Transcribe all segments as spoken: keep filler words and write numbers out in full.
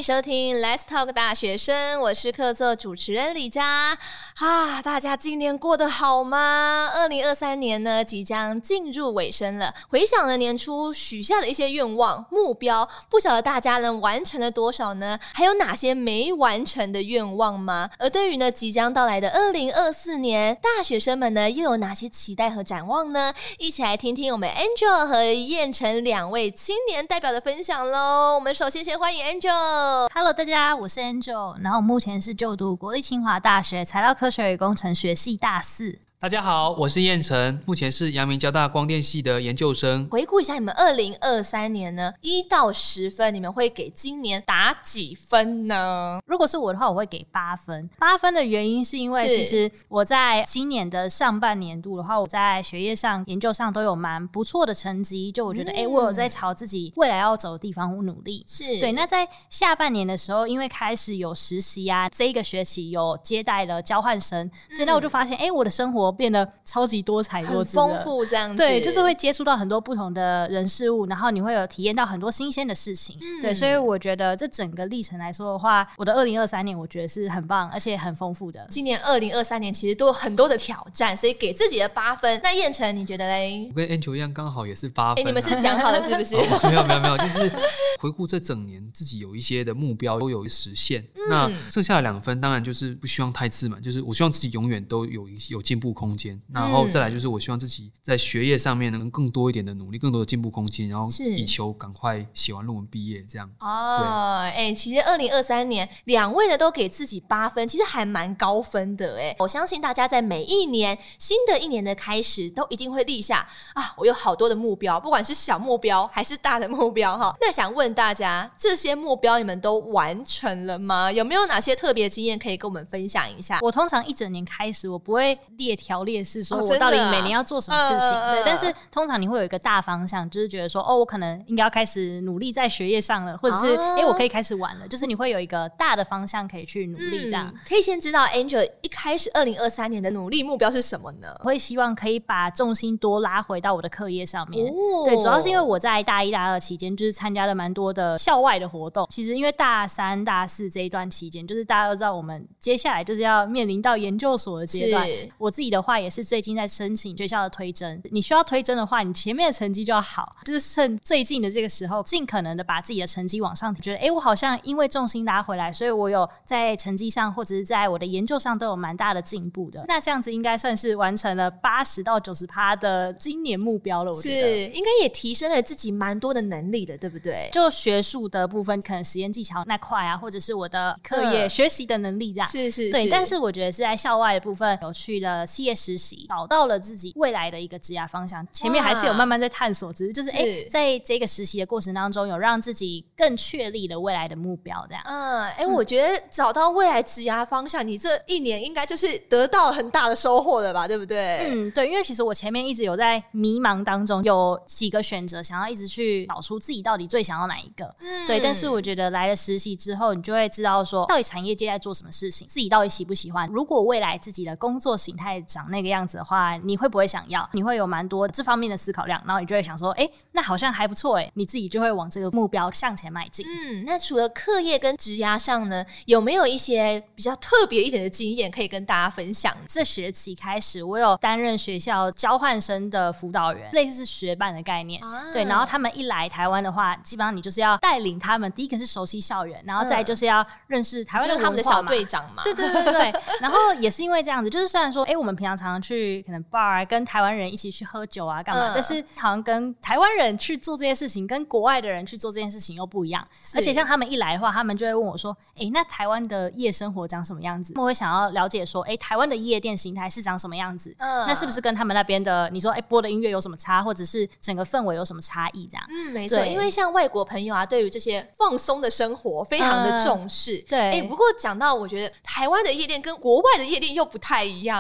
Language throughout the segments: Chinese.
迎收听 Let's Talk 大学生，我是客座主持人李佳啊。大家今年过得好吗？二零二三年呢即将进入尾声了，回想了年初许下的一些愿望目标，不晓得大家能完成了多少呢？还有哪些没完成的愿望吗？而对于呢即将到来的二零二四年，大学生们呢又有哪些期待和展望呢？一起来听听我们 Angel 和燕晨两位青年代表的分享咯。我们首先先欢迎 Angel。Hello， 大家，我是 Angel， 然后我目前是就读国立清华大学材料科学与工程学系大四。 大家好，我是燕晨，目前是阳明交大光电系的研究生。 回顾一下你们二零二三年呢，一到十分，你们会给今年打几分呢？ 如果是我的话，我会给八分。八分的原因是因为其实我在今年的上半年度的话，我在学业上、研究上都有蛮不错的成绩，就我觉得，哎、嗯欸，我有在朝自己未来要走的地方努力。 是对。那在下半年的时候，因为开始有实习啊，这一个学期有接待了交换生，嗯、对，那我就发现，哎、欸，我的生活变得超级多彩多姿的， 很丰富这样子。 对，就是会接触到很多不同的人事物，然后你会有体验到很多新鲜的事情、嗯、对，所以我觉得这整个历程来说的话，我的二零二三年我觉得是很棒而且很丰富的。 今年二零二三年其实都有很多的挑战，所以给自己的八分。那燕晨你觉得嘞？ 我跟 Angel 一样，刚好也是八分、啊、 你们是讲好了是不是？ 哦、没有没有没有，就是回顾这整年自己有一些的目标都有实现、嗯、那剩下的两分当然就是不希望太自满，就是我希望自己永远都有有进步空间、嗯、然后再来就是我希望自己在学业上面能更多一点的努力，更多的进步空间，然后以求赶快写完论文毕业这样。 哦，哎、欸，其实二零二三年两位呢都给自己八分，其实还蛮高分的哎。我相信大家在每一年新的一年的开始都一定会立下啊，我有好多的目标，不管是小目标还是大的目标哈。那想问大家，这些目标你们都完成了吗？有没有哪些特别经验可以跟我们分享一下？ 我通常一整年开始，我不会列条列式说我到底每年要做什么事情、哦、对，但是通常你会有一个大方向，就是觉得说哦，我可能应该要开始努力在学业上了，或者是哎、哦，我可以开始玩了，就是你会有一个大的方向可以去努力这样、嗯、 可以先知道 Angel 一开始二零二三年的努力目标是什么呢？ 我会希望可以把重心多拉回到我的课业上面、哦、对，主要是因为我在大一大二期间就是参加了蛮多的校外的活动，其实因为大三大四这一段期间，就是大家都知道我们接下来就是要面临到研究所的阶段，我自己的话也是最近在申请学校的推甄，你需要推甄的话，你前面的成绩就要好，就是趁最近的这个时候尽可能的把自己的成绩往上提，觉得哎，我好像因为重心拉回来，所以我有在成绩上或者是在我的研究上都有蛮大的进步的，那这样子应该算是完成了八十到九十趴的今年目标了，我觉得是应该也提升了自己蛮多的能力的，对不对？ 就学术的部分，可能实验技巧那块啊，或者是我的课业、嗯、学习的能力这样， 是是是， 对。但是我觉得是在校外的部分，有去了企业实习，找到了自己未来的一个职涯方向，前面还是有慢慢在探索，只是就是哎、欸，在这个实习的过程当中，有让自己更确立了未来的目标，这样。 嗯，哎、欸，我觉得找到未来职涯方向，你这一年应该就是得到很大的收获了吧，对不对？ 嗯，对，因为其实我前面一直有在迷茫当中，有几个选择，想要一直去找出自己到底最想要哪一个。嗯，对。但是我觉得来了实习之后，你就会知道说，到底产业界在做什么事情，自己到底喜不喜欢。如果未来自己的工作形态长那个样子的话，你会不会想要？你会有蛮多这方面的思考量，然后你就会想说，哎、欸，那好像还不错，哎，你自己就会往这个目标向前迈进。 嗯，那除了课业跟职涯上呢，有没有一些比较特别一点的经验可以跟大家分享？ 这学期开始，我有担任学校交换生的辅导员，类似是学伴的概念、啊。对，然后他们一来台湾的话，基本上你就是要带领他们，第一个是熟悉校园，然后再来就是要认识台湾的文化嘛， 就是他们的小队长嘛。 对对对对对。然后也是因为这样子，就是虽然说，哎，我们平常常常去可能 bar 跟台湾人一起去喝酒啊，干嘛、嗯？但是好像跟台湾人去做这些事情，跟国外的人去做这件事情又不一样。而且像他们一来的话，他们就会问我说，哎，那台湾的夜生活长什么样子？我会想要了解说，哎，台湾的夜店形态是长什么样子？嗯，那是不是跟他们那边的你说，哎，播的音乐有什么差，或者是整个氛围有什么差异？这样， 嗯，没错，因为像外国朋友啊，对于这些放松的生活非常的重视。嗯、对，哎，不过讲到我觉得台湾的夜店跟国外的夜店又不太一样哦。像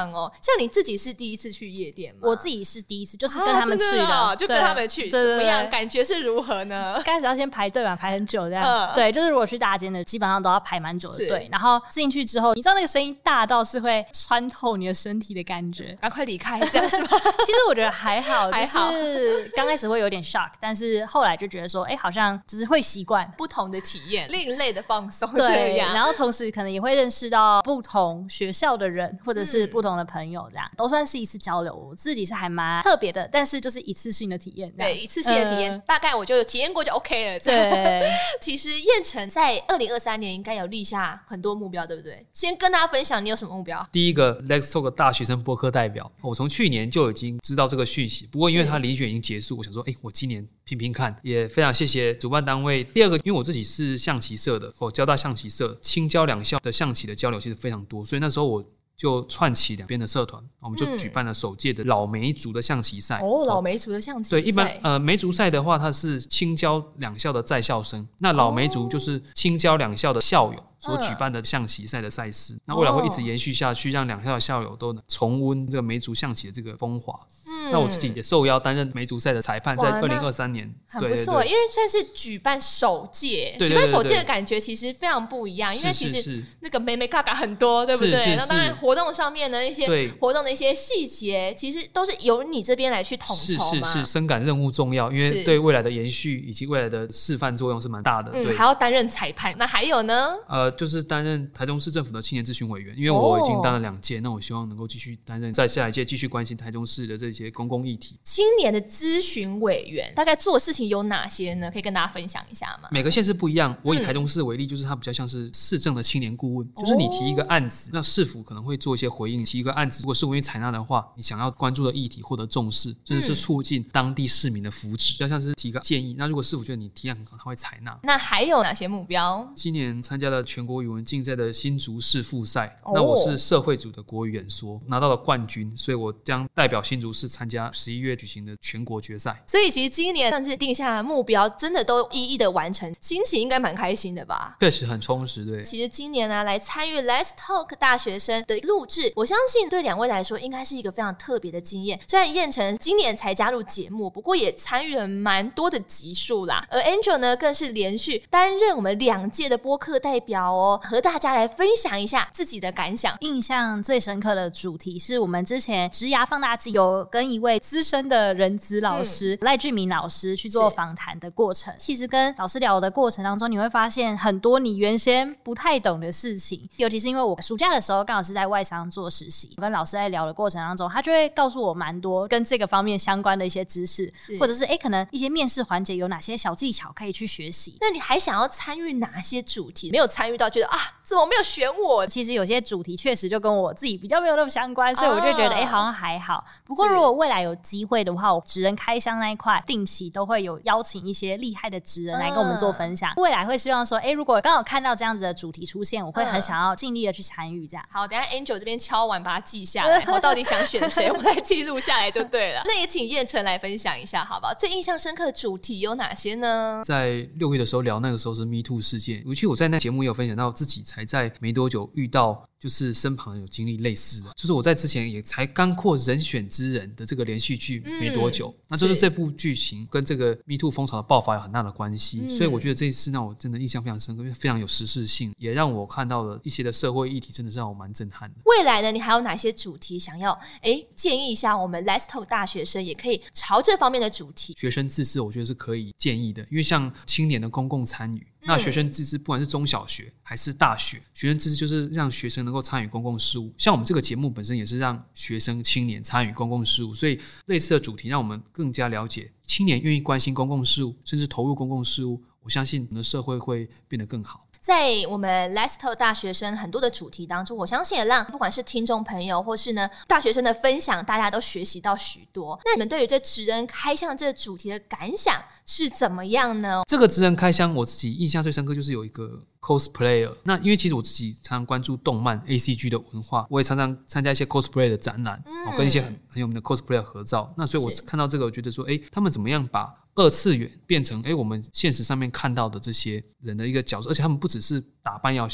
像你自己是第一次去夜店吗？ 我自己是第一次，就是跟他们去的， 啊、的就跟他们去， 对对对， 怎么样？感觉是如何呢？ 开始要先排队嘛，排很久这样、 嗯、 对，就是如果去大间的基本上都要排蛮久的队，然后进去之后你知道那个声音大到是会穿透你的身体的感觉， 赶快离开这样是吗？ 其实我觉得还好， 还好， 就是刚开始会有点 shock， 但是后来就觉得说哎、欸，好像就是会习惯不同的体验，另类的放松， 对，然后同时可能也会认识到不同学校的人或者是不同的朋友，这样、嗯、都算是一次交流，我自己是还蛮特别的，但是就是一次性的体验， 对，一次性的体验、呃、大概我就有体验过就 OK 了。 对， 其实燕城在二零二三年应该有立下很多目标，对不对？先跟大家分享你有什么目标。 第一个 Let's Talk 大学生播客代表，我从去年就已经知道这个讯息，不过因为他遴选已经结束，我想说哎、欸，我今年拼拼看，也非常谢谢主办单位。第二个，因为我自己是象棋社的，我交大象棋社清交两校的象棋的交流其实非常多，所以那时候我就串起两边的社团，我们就举办了首届的老梅族的象棋赛。 哦，老梅族的象棋赛。 对，一般呃梅族赛的话，它是清交两校的在校生，那老梅族就是清交两校的校友所举办的象棋赛的赛事。那、嗯、未来会一直延续下去，让两校的校友都能重温这个梅族象棋的这个风华。嗯、那我自己也受邀担任梅族赛的裁判，在二零二三年， 很不错，因为算是举办首届，举办首届的感觉其实非常不一样，因为其实那个眉眉角角很多，对不对？那当然活动上面的一些活动的一些细节，其实都是由你这边来去统筹嘛。 是是是，深感任务重要，因为对未来的延续以及未来的示范作用是蛮大的。 嗯， 对， 还要担任裁判，那还有呢？ 呃，就是担任台中市政府的青年咨询委员，因为我已经当了两届、哦，那我希望能够继续担任，在下一届继续关心台中市的这些公共议题。 青年的咨询委员大概做的事情有哪些呢？可以跟大家分享一下吗？ 每个县市不一样，我以台中市为例，就是它比较像是市政的青年顾问、嗯、就是你提一个案子，那市府可能会做一些回应，提一个案子如果市府愿意采纳的话，你想要关注的议题获得重视，甚至是促进当地市民的福祉，比较像是提一个建议，那如果市府觉得你提案很好，他会采纳。 那还有哪些目标？ 今年参加了全国语文竞赛的新竹市复赛、哦、那我是社会组的国语演说拿到了冠军，所以我将代表新竹市参加十一月举行的全国决赛。 所以其实今年算是定下的目标真的都一一的完成，心情应该蛮开心的吧？ 确实很充实。对， 其实今年呢来参与 Let's Talk 大学生的录制，我相信对两位来说应该是一个非常特别的经验。虽然燕城今年才加入节目，不过也参与了蛮多的集数啦，而 Angel 呢更是连续担任我们两届的播客代表哦，和大家来分享一下自己的感想。 印象最深刻的主题是我们之前职涯放大镜有跟一位资深的人资老师、嗯、赖俊明老师去做访谈的过程，其实跟老师聊的过程当中，你会发现很多你原先不太懂的事情，尤其是因为我暑假的时候刚好是在外商做实习，我跟老师在聊的过程当中，他就会告诉我蛮多跟这个方面相关的一些知识，或者是哎，可能一些面试环节有哪些小技巧可以去学习。 那你还想要参与哪些主题？没有参与到觉得啊怎么没有选我？ 其实有些主题确实就跟我自己比较没有那么相关，所以我就觉得哎、哦，好像还好。不过如果未来有机会的话，我职人开箱那一块定期都会有邀请一些厉害的职人来跟我们做分享、嗯、未来会希望说哎，如果刚好看到这样子的主题出现，我会很想要尽力的去参与这样、 嗯、好，等一下 Angel 这边敲完把它记下来我到底想选谁我再记录下来就对了那也请燕城来分享一下好不好？最印象深刻的主题有哪些呢？ 在六月的时候聊，那个时候是 Me Too 事件，尤其我在那节目也有分享到自己才在没多久遇到就是身旁有经历类似的，就是我在之前也才刚过人选之人的这个连续剧没多久、嗯、那就是这部剧情跟这个 Me Too 风潮的爆发有很大的关系、嗯、所以我觉得这一次让我真的印象非常深刻，因为非常有时事性，也让我看到了一些的社会议题，真的是让我蛮震撼的。 未来呢，你还有哪些主题想要诶建议一下我们 Let's Talk 大学生也可以朝这方面的主题？ 学生自治我觉得是可以建议的，因为像青年的公共参与，那学生自治不管是中小学还是大学，学生自治就是让学生能够参与公共事务，像我们这个节目本身也是让学生青年参与公共事务，所以类似的主题让我们更加了解青年愿意关心公共事务甚至投入公共事务，我相信我们的社会会变得更好。 在我们 Let's Talk 大学生很多的主题当中，我相信也让不管是听众朋友或是呢大学生的分享，大家都学习到许多。那你们对于这职人开箱这个主题的感想是怎么样呢？这个职人开箱我自己印象最深刻就是有一个 cosplayer， 那因为其实我自己常常关注动漫 A C G 的文化，我也常常参加一些 cosplay 的展览、嗯、跟一些 很, 很有名的 cosplayer 合照，那所以我看到这个我觉得说诶，他们怎么样把二次元变成诶我们现实上面看到的这些人的一个角色，而且他们不只是打扮要像，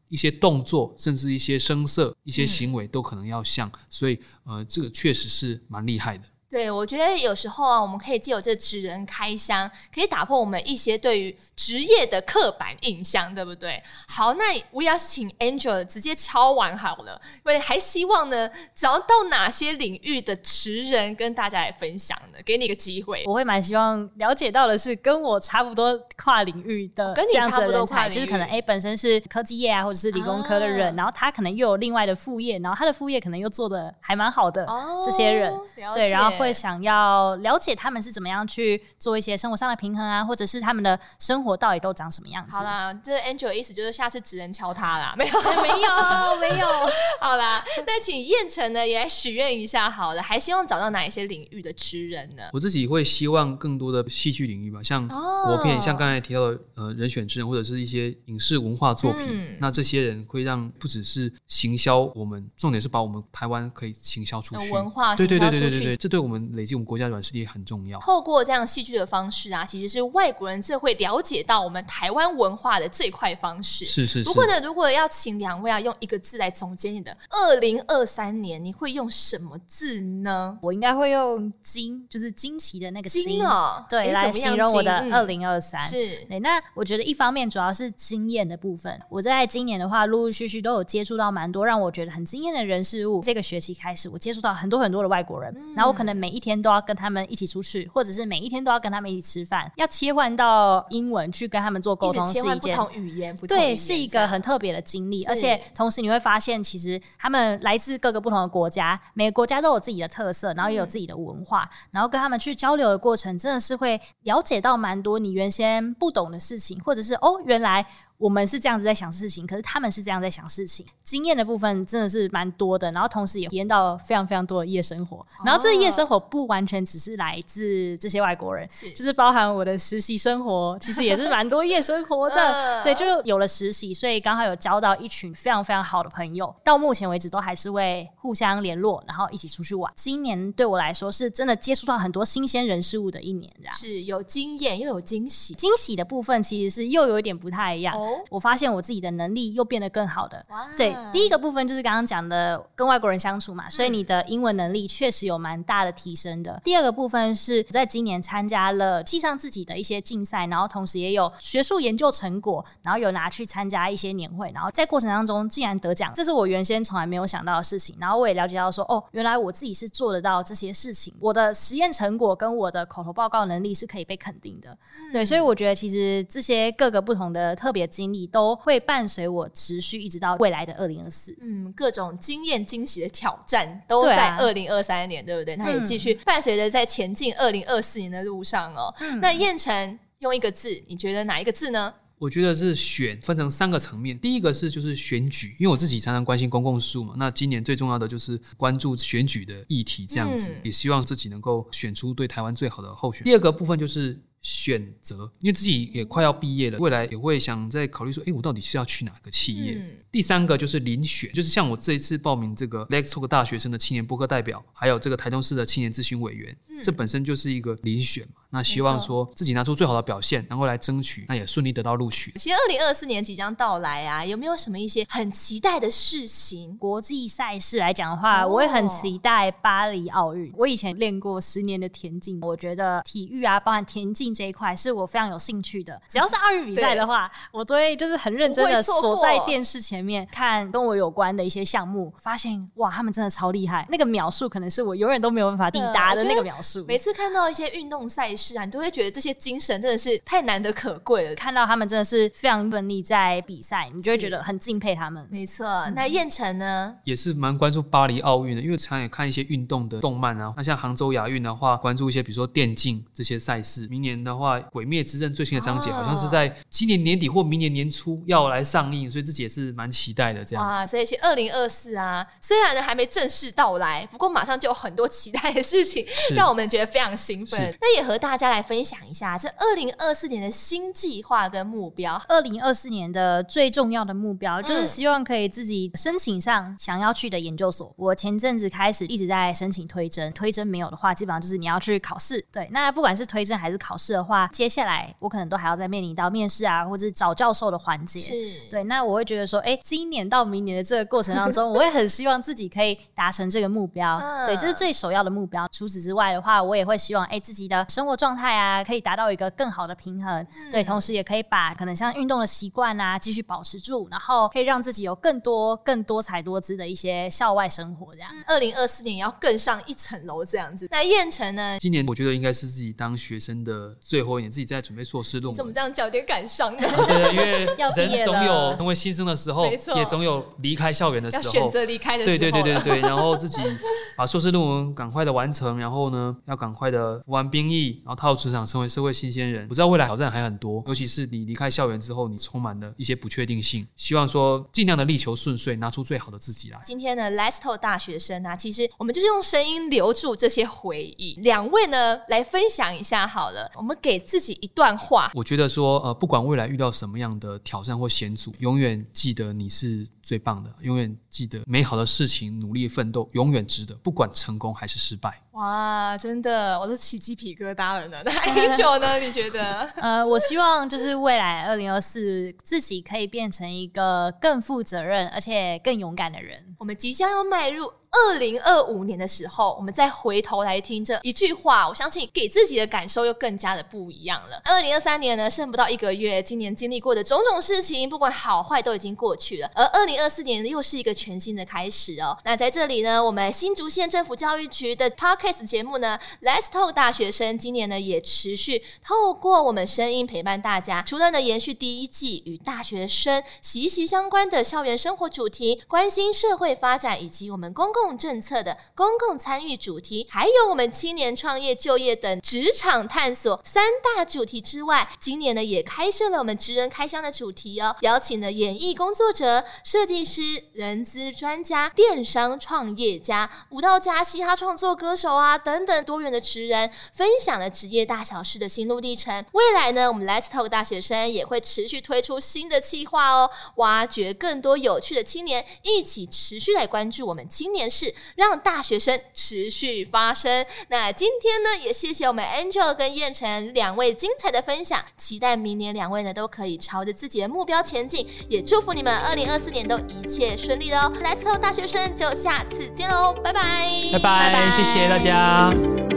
一些动作甚至一些声色一些行为都可能要像、嗯、所以呃，这个确实是蛮厉害的。 对，我觉得有时候啊，我们可以借由这职人开箱，可以打破我们一些对于职业的刻板印象，对不对？好，那我要请 Angel 直接敲完好了，因为还希望呢找到哪些领域的职人跟大家来分享呢？给你一个机会。 我会蛮希望了解到的是跟我差不多跨领域的这样子的人才，就是可能哎本身是科技业啊或者是理工科的人、啊、然后他可能又有另外的副业，然后他的副业可能又做得还蛮好的、哦、这些人，对，然后会想要了解他们是怎么样去做一些生活上的平衡啊，或者是他们的生活到底都长什么样子。 好啦，这 Angel 的意思就是下次职人敲他啦，没有没有没有好啦，那请燕城呢也来许愿一下好了，还希望找到哪一些领域的职人呢？ 我自己会希望更多的戏剧领域吧，像国片、哦、像刚才提到的呃人选之人，或者是一些影视文化作品、嗯、那这些人会让不只是行销我们，重点是把我们台湾可以行销出去， 文化行销出去，对对对对对对， 这对我们累积我们国家软实力很重要。 透过这样戏剧的方式啊，其实是外国人最会了解到我们台湾文化的最快方式。 是是是。 不过呢，如果要请两位啊用一个字来总结你的二零二三年，你会用什么字呢？ 我应该会用惊，就是惊奇的那个惊哦， 对，来形容我的二零二三。 是， 对。那我觉得一方面主要是经验的部分，我在今年的话，陆陆续续都有接触到蛮多让我觉得很惊艳的人事物。这个学期开始，我接触到很多很多的外国人，嗯、然后我可能每一天都要跟他们一起出去，或者是每一天都要跟他们一起吃饭，要切换到英文去跟他们做沟通，是一件切换不同语言，不同语言对，是一个很特别的经历。而且同时你会发现，其实他们来自各个不同的国家，每个国家都有自己的特色，然后也有自己的文化，嗯、然后跟他们去交流的过程，真的是会了解到蛮多你原先不懂的事情，或者是哦，原来我们是这样子在想事情，可是他们是这样在想事情。经验的部分真的是蛮多的，然后同时也体验到非常非常多的夜生活。然后这个夜生活不完全只是来自这些外国人，是就是包含我的实习生活，其实也是蛮多夜生活的。对，就是有了实习，所以刚好有交到一群非常非常好的朋友，到目前为止都还是会互相联络，然后一起出去玩。今年对我来说是真的接触到很多新鲜人事物的一年，这样是有经验又有惊喜。 惊喜的部分其实是又有一点不太一样。哦，我发现我自己的能力又变得更好的。对，第一个部分就是刚刚讲的跟外国人相处嘛，所以你的英文能力确实有蛮大的提升的。第二个部分是在今年参加了系上自己的一些竞赛，然后同时也有学术研究成果，然后有拿去参加一些年会，然后在过程当中竟然得奖，这是我原先从来没有想到的事情。然后我也了解到说，哦，原来我自己是做得到这些事情，我的实验成果跟我的口头报告能力是可以被肯定的。嗯、对，所以我觉得其实这些各个不同的特别经历都会伴随我持续一直到未来的二零二四。 嗯，各种经验惊喜的挑战都在二零二三年， 对,、啊、对不对？那也继续伴随着在前进二零二四年的路上哦。嗯、那燕城用一个字，你觉得哪一个字呢？ 我觉得是选，分成三个层面。第一个是就是选举，因为我自己常常关心公共事务嘛，那今年最重要的就是关注选举的议题，这样子、嗯、也希望自己能够选出对台湾最好的候选人。第二个部分就是选择，因为自己也快要毕业了，未来也会想再考虑说，哎，我到底是要去哪个企业？嗯、第三个就是遴选，就是像我这一次报名这个 Lex Talk 大学生的青年播客代表，还有这个台中市的青年咨询委员，嗯、这本身就是一个遴选嘛。那希望说自己拿出最好的表现，能够来争取，那也顺利得到录取。 其实二零二四年即将到来啊，有没有什么一些很期待的事情？ 国际赛事来讲的话，哦、我也很期待巴黎奥运。我以前练过十年的田径，我觉得体育啊，包含田径这一块是我非常有兴趣的。只要是奥运比赛的话，我都会就是很认真的锁在电视前面看跟我有关的一些项目，发现哇，他们真的超厉害。那个秒数可能是我永远都没有办法抵达的那个秒数。 每次看到一些运动赛事啊，你都会觉得这些精神真的是太难得可贵了。 看到他们真的是非常奋力在比赛，你就会觉得很敬佩他们。 没错。嗯、那燕城呢， 也是蛮关注巴黎奥运的，因为常也看一些运动的动漫啊。那像杭州亚运的话，关注一些比如说电竞这些赛事。明年的话，鬼灭之刃最新的章节好像是在今年年底或明年年初要来上映，所以自己也是蛮期待的。这样哇，所以其实二零二四啊，虽然呢还没正式到来，不过马上就有很多期待的事情，让我们觉得非常兴奋。那也和大大家来分享一下这二零二四年的新计划跟目标。 二零二四年的最重要的目标就是希望可以自己申请上想要去的研究所。我前阵子开始一直在申请推甄，推甄没有的话，基本上就是你要去考试。对，那不管是推甄还是考试的话，接下来我可能都还要再面临到面试啊，或者是找教授的环节。 是， 对，那我会觉得说，哎、欸，今年到明年的这个过程当中，我会很希望自己可以达成这个目标。嗯、对，这是最首要的目标。除此之外的话，我也会希望，哎、欸，自己的生活状态啊，可以达到一个更好的平衡。嗯、对，同时也可以把可能像运动的习惯啊，继续保持住，然后可以让自己有更多、更多彩多姿的一些校外生活。这样， 二零二四年要更上一层楼这样子。那燕城呢？ 今年我觉得应该是自己当学生的最后一年，自己在准备硕士论文。 你怎么这样讲，有点感伤的？ 对，因为人总有成为新生的时候，也总有离开校园的时候， 要选择离开的时候。 对对对对对，然后自己把硕士论文赶快的完成，然后呢，要赶快的服完兵役，然后踏入职场，成为社会新鲜人。我知道未来挑战还很多，尤其是你离开校园之后，你充满了一些不确定性。希望说尽量的力求顺遂，拿出最好的自己来。 今天呢 Lesto 大学生啊，其实我们就是用声音留住这些回忆。两位呢来分享一下好了，我们给自己一段话。 我觉得说呃，不管未来遇到什么样的挑战或险阻，永远记得你是最棒的，永远记得美好的事情，努力奋斗永远值得，不管成功还是失败。 哇，真的我都起鸡皮疙瘩了呢。那 Angel 呢？你觉得？ 呃，我希望就是未来二零二四自己可以变成一个更负责任而且更勇敢的人。 我们即将要迈入二零二五年的时候，我们再回头来听这一句话，我相信给自己的感受又更加的不一样了。二零二三年呢，剩不到一个月，今年经历过的种种事情，不管好坏都已经过去了，而二零二四年又是一个全新的开始哦。那在这里呢，我们新竹县政府教育局的 Podcast 节目呢 Let's Talk 大学生，今年呢也持续透过我们声音陪伴大家，除了呢延续第一季与大学生息息相关的校园生活主题，关心社会发展以及我们公共政策的公共参与主题，还有我们青年创业就业等职场探索三大主题之外，今年呢也开设了我们职人开箱的主题哦，邀请了演艺工作者、设计师、人资专家、电商创业家、舞蹈家、嘻哈创作歌手啊等等多元的职人，分享了职业大小事的心路历程。未来呢，我们 Let's Talk 大学生也会持续推出新的企划哦，挖掘更多有趣的青年，一起持续来关注我们青年事，让大学生持续发声。那今天呢，也谢谢我们 Angel 跟燕城两位精彩的分享，期待明年两位呢都可以朝着自己的目标前进，也祝福你们二零二四年都一切顺利咯。Let's Talk 大学生就下次见喽，拜拜， 拜拜，谢谢大家。